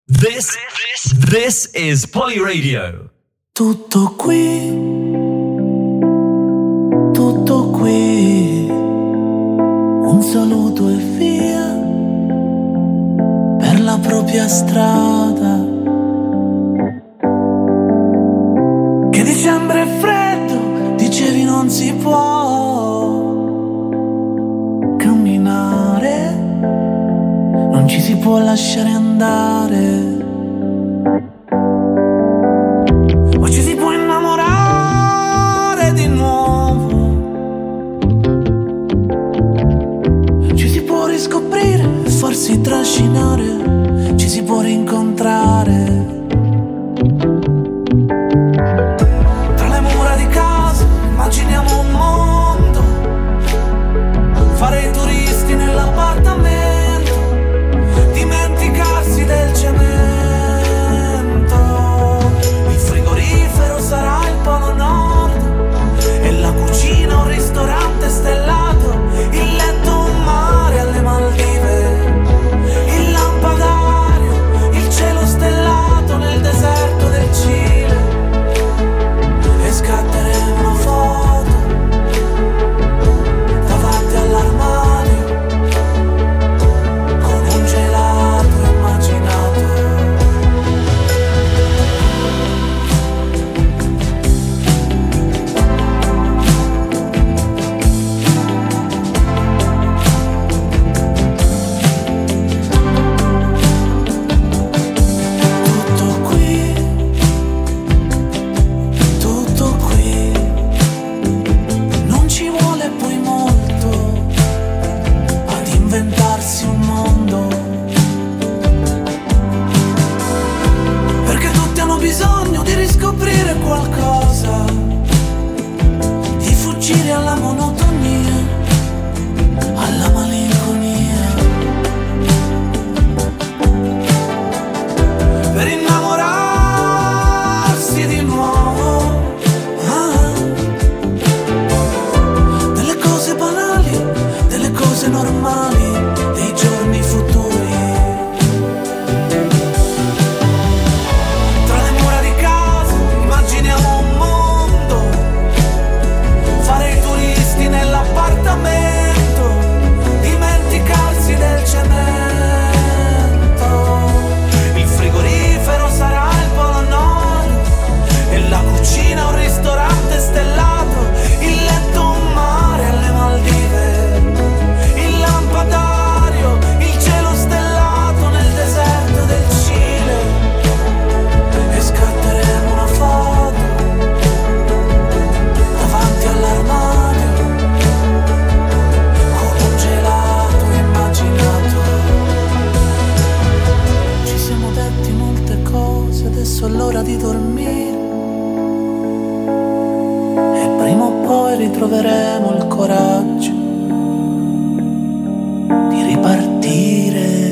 This is Poly Radio. Tutto qui, un saluto e via per la propria strada. Che dicembre è freddo, dicevi non si può camminare, non ci si può lasciare andare. Ma ci si può innamorare di nuovo, ci si può riscoprire e farsi trascinare, ci si può rincontrare. Tra le mura di casa immaginiamo un mondo, fare i turisti nell'appartamento, dimenticarsi del cemento. Sarà il Polo Nord e la cucina un ristorante stellato, il letto un mare alle Maldive, il lampadario, il cielo stellato nel deserto del Cile. E scatteremo una foto davanti all'armadio con un gelato immaginato. Bisogno di riscoprire qualcosa, di fuggire alla monotonia, alla malinconia, per innamorarsi di nuovo, delle cose banali, delle cose normali, dei giorni futuri. Dimenticarsi del cemento, il frigorifero sarà il Polo Nord e la cucina un ristorante stellato, il letto un mare alle Maldive, il lampadario, il cielo stellato nel deserto del Cile. E scatteremo una foto davanti all'armadio con un gelato immaginato. Ci siamo detti molte cose, adesso è l'ora di dormire e prima o poi ritroveremo il coraggio di ripartire.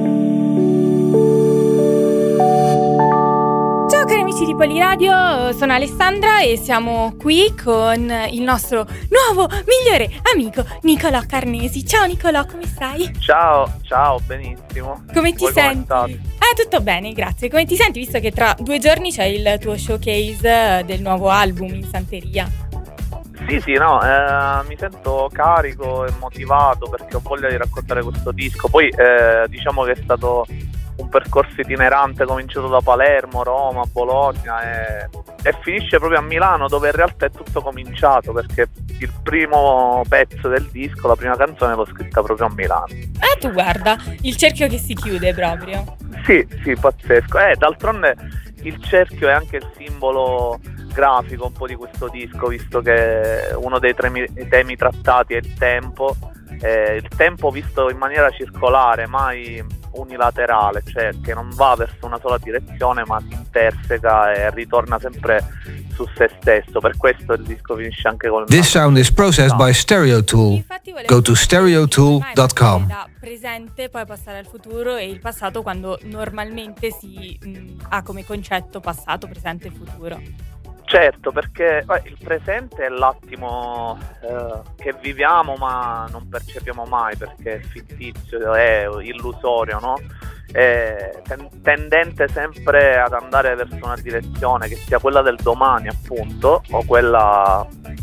Ciao cari amici di Poliradio, sono Alessandra e siamo qui con il nostro nuovo migliore amico Nicolò Carnesi. Ciao Nicolò, come stai? Ciao, benissimo. Come ti Voi senti? come state? Tutto bene, grazie. Come ti senti visto che tra 2 giorni c'è il tuo showcase del nuovo album in Santeria? Sì, no, mi sento carico e motivato perché ho voglia di raccontare questo disco. Poi diciamo che è stato un percorso itinerante, cominciato da Palermo, Roma, Bologna e finisce proprio a Milano, dove in realtà è tutto cominciato, perché il primo pezzo del disco, la prima canzone, l'ho scritta proprio a Milano. Tu guarda, il cerchio che si chiude proprio. Sì, pazzesco. D'altronde il cerchio è anche il simbolo grafico un po' di questo disco, visto che uno dei temi trattati è il tempo visto in maniera circolare, mai unilaterale, cioè che non va verso una sola direzione ma si interseca e ritorna sempre su se stesso. Per questo il disco finisce anche con This sound is processed by Stereotool. Go to stereotool.com. Da presente poi passare al futuro e il passato, quando normalmente si ha come concetto passato, presente e futuro. Certo, perché il presente è l'attimo che viviamo ma non percepiamo mai, perché è fittizio, è illusorio, no? tendente sempre ad andare verso una direzione che sia quella del domani, appunto, o quella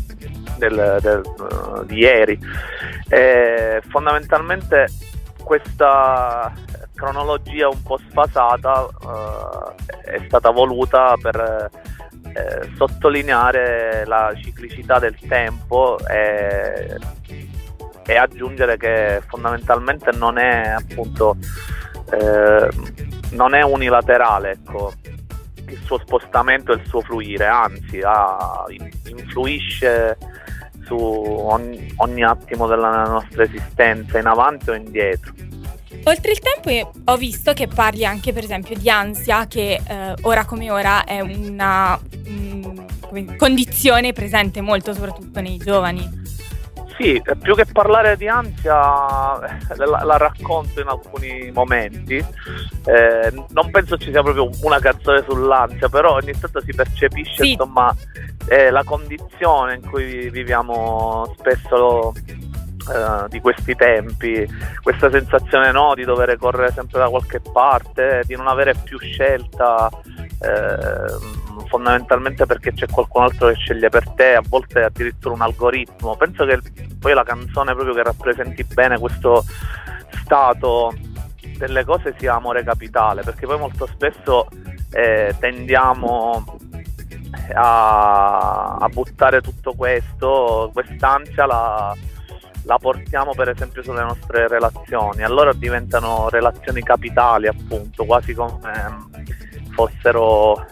di ieri. Fondamentalmente questa cronologia un po' sfasata è stata voluta per sottolineare la ciclicità del tempo e aggiungere che fondamentalmente non è, appunto, non è unilaterale, ecco, il suo spostamento e il suo fluire, anzi influisce su ogni attimo della nostra esistenza, in avanti o indietro. Oltre il tempo ho visto che parli anche, per esempio, di ansia, che ora come ora è una condizione presente molto, soprattutto nei giovani. Sì, più che parlare di ansia la racconto in alcuni momenti. Non penso ci sia proprio una canzone sull'ansia, però ogni tanto si percepisce, sì, insomma, la condizione in cui viviamo spesso di questi tempi, questa sensazione, no, di dover correre sempre da qualche parte, di non avere più scelta, fondamentalmente perché c'è qualcun altro che sceglie per te, a volte addirittura un algoritmo. Penso che poi la canzone proprio che rappresenti bene questo stato delle cose sia Amore Capitale, perché poi molto spesso tendiamo a buttare tutto questo, quest'ansia la portiamo per esempio sulle nostre relazioni, allora diventano relazioni capitali, appunto, quasi come fossero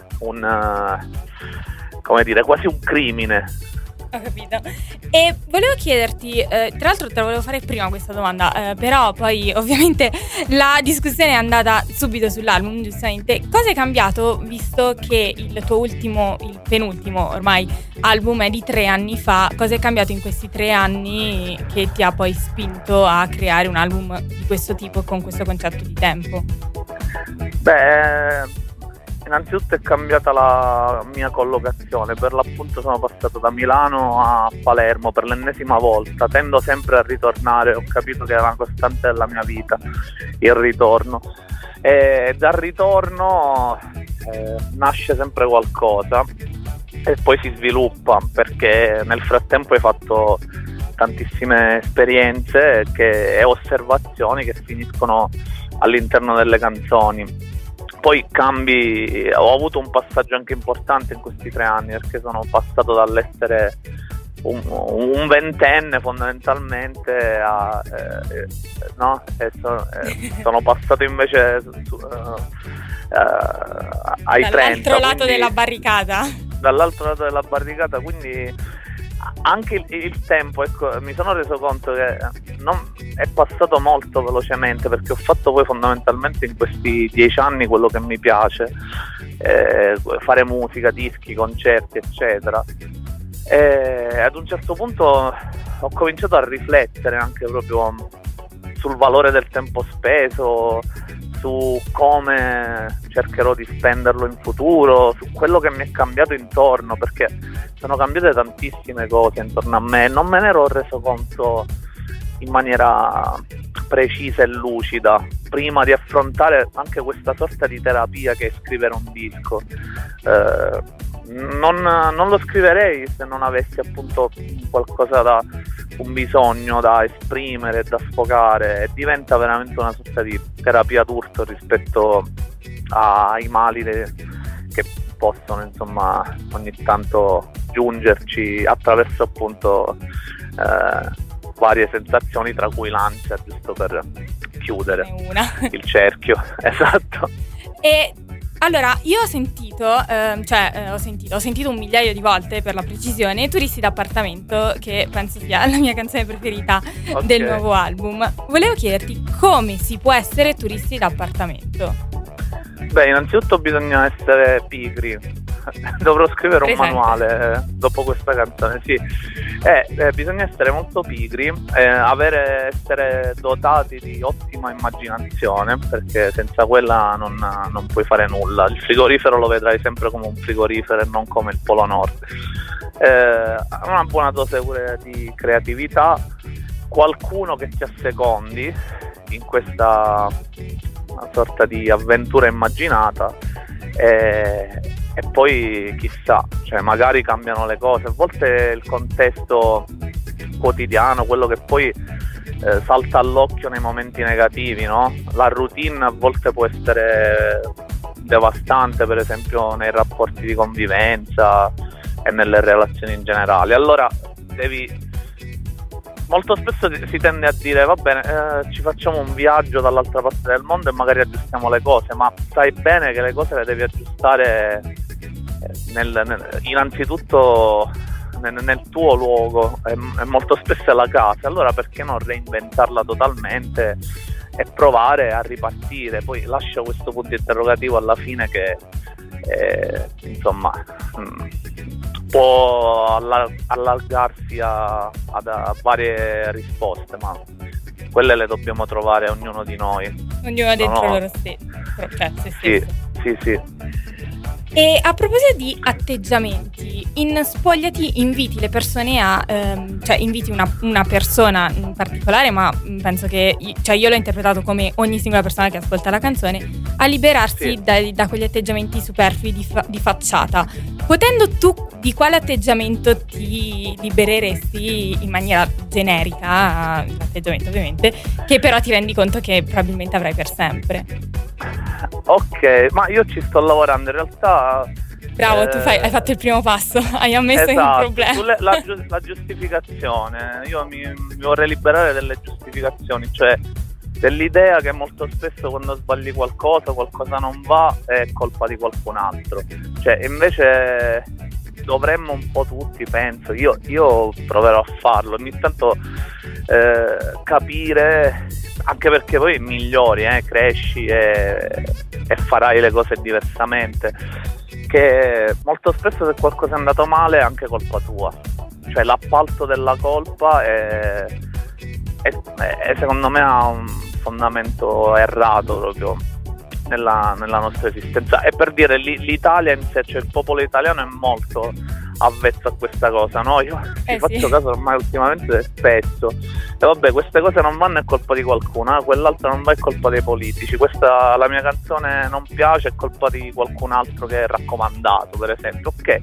quasi un crimine. Ho capito. E volevo chiederti, tra l'altro te la volevo fare prima questa domanda, però poi ovviamente la discussione è andata subito sull'album, giustamente. Cosa è cambiato, visto che il penultimo ormai album è di 3 anni fa? Cosa è cambiato in questi 3 anni che ti ha poi spinto a creare un album di questo tipo, con questo concetto di tempo? Beh, innanzitutto è cambiata la mia collocazione, per l'appunto sono passato da Milano a Palermo per l'ennesima volta, tendo sempre a ritornare, ho capito che è una costante della mia vita, il ritorno, e dal ritorno nasce sempre qualcosa e poi si sviluppa, perché nel frattempo hai fatto tantissime esperienze e osservazioni che finiscono all'interno delle canzoni. Poi ho avuto un passaggio anche importante in questi 3 anni, perché sono passato dall'essere un ventenne fondamentalmente sono passato invece ai 30. Dall'altro lato della barricata. Dall'altro lato della barricata, quindi anche il tempo, ecco, mi sono reso conto che è passato molto velocemente, perché ho fatto poi fondamentalmente in questi 10 anni quello che mi piace, fare musica, dischi, concerti, eccetera. E ad un certo punto ho cominciato a riflettere anche proprio sul valore del tempo speso, su come cercherò di spenderlo in futuro, su quello che mi è cambiato intorno, perché sono cambiate tantissime cose intorno a me e non me ne ero reso conto in maniera precisa e lucida prima di affrontare anche questa sorta di terapia che è scrivere un disco. Non lo scriverei se non avessi appunto qualcosa un bisogno da esprimere, da sfogare, e diventa veramente una sorta di terapia d'urto rispetto ai mali che possono, insomma, ogni tanto giungerci attraverso appunto varie sensazioni, tra cui l'ansia, giusto per chiudere il cerchio. Esatto. E allora, io ho sentito 1 migliaio di volte, per la precisione, Turisti d'appartamento, che penso sia la mia canzone preferita del nuovo album. Volevo chiederti come si può essere turisti d'appartamento. Beh, innanzitutto bisogna essere pigri. Dovrò scrivere un manuale dopo questa canzone, sì. Bisogna essere molto pigri, essere dotati di ottima immaginazione, perché senza quella non puoi fare nulla. Il frigorifero lo vedrai sempre come un frigorifero e non come il Polo Nord. Una buona dose pure di creatività, qualcuno che ti assecondi in questa una sorta di avventura immaginata, e poi chissà, cioè magari cambiano le cose, a volte il contesto quotidiano, quello che poi salta all'occhio nei momenti negativi, no? La routine a volte può essere devastante, per esempio nei rapporti di convivenza e nelle relazioni in generale. Allora molto spesso si tende a dire va bene, ci facciamo un viaggio dall'altra parte del mondo e magari aggiustiamo le cose, ma sai bene che le cose le devi aggiustare innanzitutto nel tuo luogo, e molto spesso è la casa. Allora perché non reinventarla totalmente e provare a ripartire? Poi lascio questo punto interrogativo alla fine che insomma può allargarsi a varie risposte, ma quelle le dobbiamo trovare ognuno di noi, ognuno dentro loro stesso, cioè se stesso. Sì. E a proposito di atteggiamenti, in Spogliati inviti le persone cioè inviti una persona in particolare, ma penso che io l'ho interpretato come ogni singola persona che ascolta la canzone, a liberarsi da quegli atteggiamenti superflui di facciata. Potendo, tu di quale atteggiamento ti libereresti in maniera generica, l'atteggiamento ovviamente, che però ti rendi conto che probabilmente avrai per sempre? Ok, ma io ci sto lavorando in realtà. Bravo, tu hai fatto il primo passo, hai ammesso esatto, un problema. La giustificazione, io mi vorrei liberare delle giustificazioni, cioè dell'idea che molto spesso quando sbagli qualcosa non va, è colpa di qualcun altro. Cioè invece dovremmo un po' tutti, penso, io proverò a farlo, ogni tanto capire, anche perché poi migliori, cresci e farai le cose diversamente, che molto spesso se qualcosa è andato male è anche colpa tua, cioè l'appalto della colpa è secondo me ha un fondamento errato proprio nella nostra esistenza. E per dire, l'Italia in sé, cioè il popolo italiano è molto avvezzo a questa cosa, no? Io ci faccio caso ormai ultimamente spesso, e vabbè, queste cose non vanno, è colpa di qualcuno, quell'altra non va, è colpa dei politici, questa, la mia canzone non piace, è colpa di qualcun altro che è raccomandato, per esempio. Ok,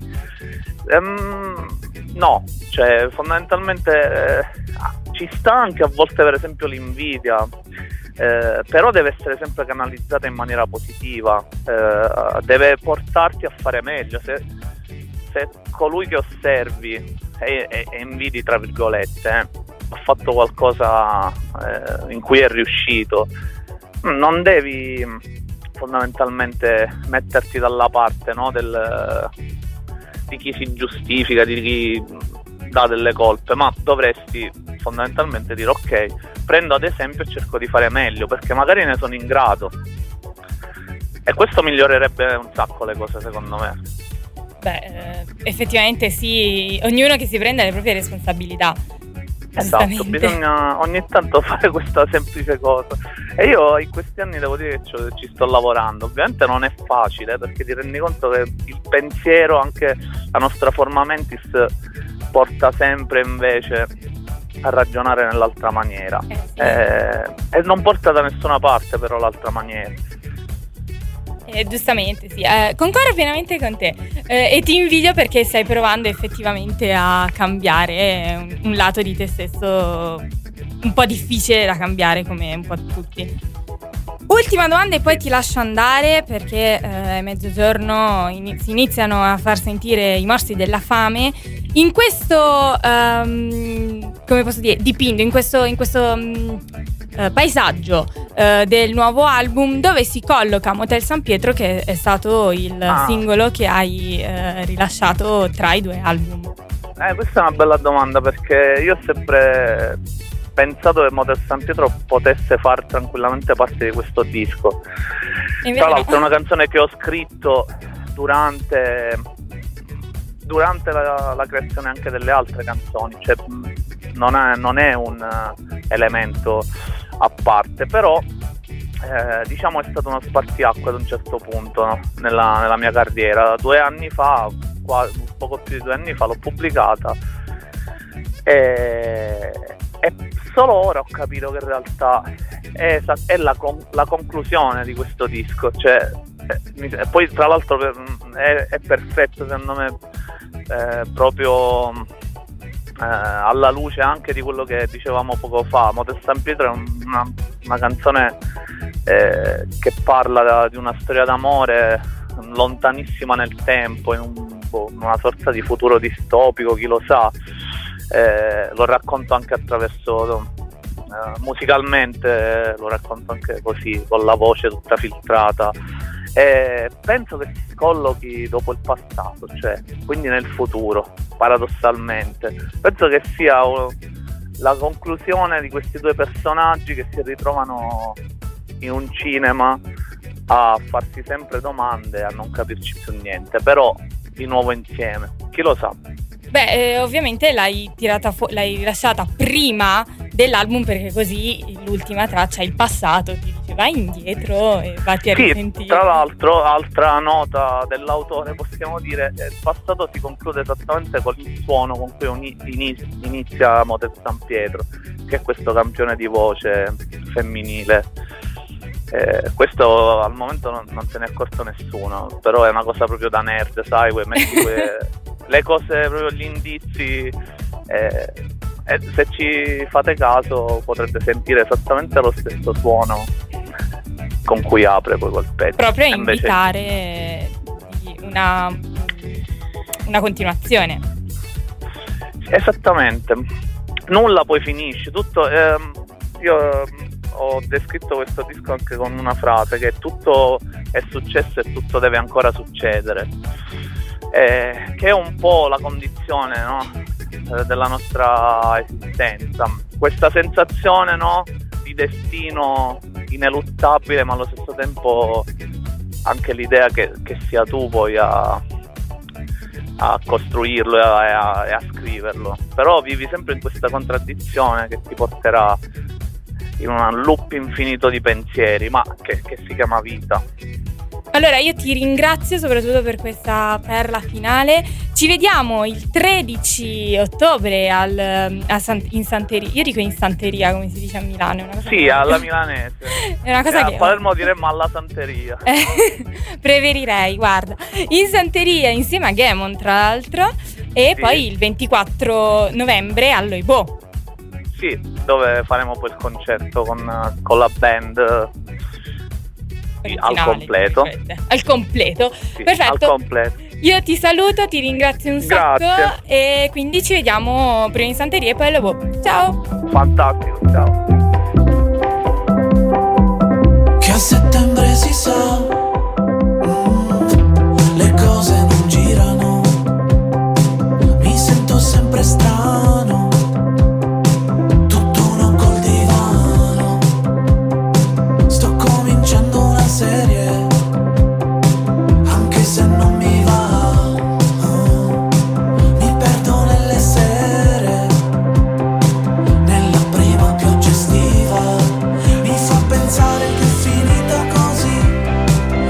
no, cioè fondamentalmente ci sta anche a volte, per esempio, l'invidia, però deve essere sempre canalizzata in maniera positiva, deve portarti a fare meglio. Se colui che osservi e invidi, tra virgolette, ha fatto qualcosa in cui è riuscito, non devi fondamentalmente metterti dalla parte, no, di chi si giustifica, di chi dà delle colpe, ma dovresti fondamentalmente dire ok, prendo ad esempio e cerco di fare meglio, perché magari ne sono in grado, e questo migliorerebbe un sacco le cose, secondo me. Beh, effettivamente sì, ognuno che si prenda le proprie responsabilità. Esatto, bisogna ogni tanto fare questa semplice cosa, e io in questi anni devo dire che ci sto lavorando. Ovviamente non è facile, perché ti rendi conto che il pensiero, anche la nostra forma mentis, porta sempre invece a ragionare nell'altra maniera, e non porta da nessuna parte però l'altra maniera. Giustamente sì, concordo pienamente con te, e ti invidio perché stai provando effettivamente a cambiare un lato di te stesso un po' difficile da cambiare, come un po' tutti. Ultima domanda e poi ti lascio andare, perché a mezzogiorno si iniziano a far sentire i morsi della fame. In questo come posso dire, dipinto in questo paesaggio del nuovo album, dove si colloca Motel San Pietro, che è stato il singolo che hai rilasciato tra i due album? Questa è una bella domanda, perché io ho sempre pensato che Motel San Pietro potesse far tranquillamente parte di questo disco. Tra l'altro è una canzone che ho scritto durante la creazione anche delle altre canzoni, cioè non è un elemento a parte, però diciamo è stato uno spartiacque ad un certo punto, no? nella mia carriera. 2 anni fa, poco più di 2 anni fa, l'ho pubblicata, e solo ora ho capito che in realtà è la conclusione di questo disco, cioè poi tra l'altro è perfetto secondo me, proprio alla luce anche di quello che dicevamo poco fa. Motel San Pietro è una canzone che parla di una storia d'amore lontanissima nel tempo, in una sorta di futuro distopico, chi lo sa. Lo racconto anche attraverso musicalmente, lo racconto anche così, con la voce tutta filtrata. Penso che si collochi dopo il passato, cioè quindi nel futuro, paradossalmente. Penso che sia la conclusione di questi due personaggi che si ritrovano in un cinema a farsi sempre domande e a non capirci più niente, però di nuovo insieme, chi lo sa. Beh, ovviamente l'hai rilasciata prima dell'album, perché così l'ultima traccia, il passato, ti dice vai indietro e vatti a risentire. Tra l'altro, altra nota dell'autore, possiamo dire, il passato si conclude esattamente con il suono con cui inizia Motel San Pietro, che è questo campione di voce femminile. Questo al momento non se ne è accorto nessuno, però è una cosa proprio da nerd, sai, le cose, proprio gli indizi, se ci fate caso potrete sentire esattamente lo stesso suono con cui apre poi quel pezzo. Proprio a invitare una continuazione. Esattamente, nulla poi finisce, tutto. Io ho descritto questo disco anche con una frase, che tutto è successo e tutto deve ancora succedere, che è un po' la condizione, no? Della nostra esistenza, questa sensazione, no? Di destino ineluttabile, ma allo stesso tempo anche l'idea che sia tu poi a costruirlo e a scriverlo, però vivi sempre in questa contraddizione che ti porterà in un loop infinito di pensieri, ma che si chiama vita. Allora io ti ringrazio soprattutto per questa perla finale. Ci vediamo il 13 ottobre in Santeria. Io dico in Santeria, come si dice a Milano, è una cosa alla milanese. È una cosa che a Palermo diremmo alla Santeria. Preferirei, guarda, in Santeria insieme a Gamon tra l'altro, e sì. Poi il 24 novembre all'Oibo. Sì, dove faremo poi il concerto con la band al completo. Al completo, sì, perfetto. Al completo. Io ti saluto, ti ringrazio un sacco. Grazie. E quindi ci vediamo prima in Santeria e poi all'Oibo. Ciao. Fantastico, ciao. Che a settembre si sa, le cose non girano, mi sento sempre strano, tutt'uno col divano, sto cominciando una serie, anche se non mi va, mi perdo nelle sere, nella prima pioggia estiva, mi fa pensare che è finita così,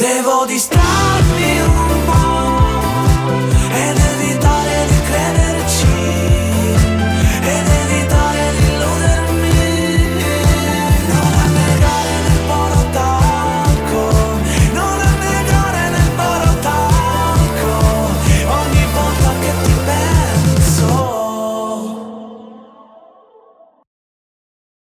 Devo distrarre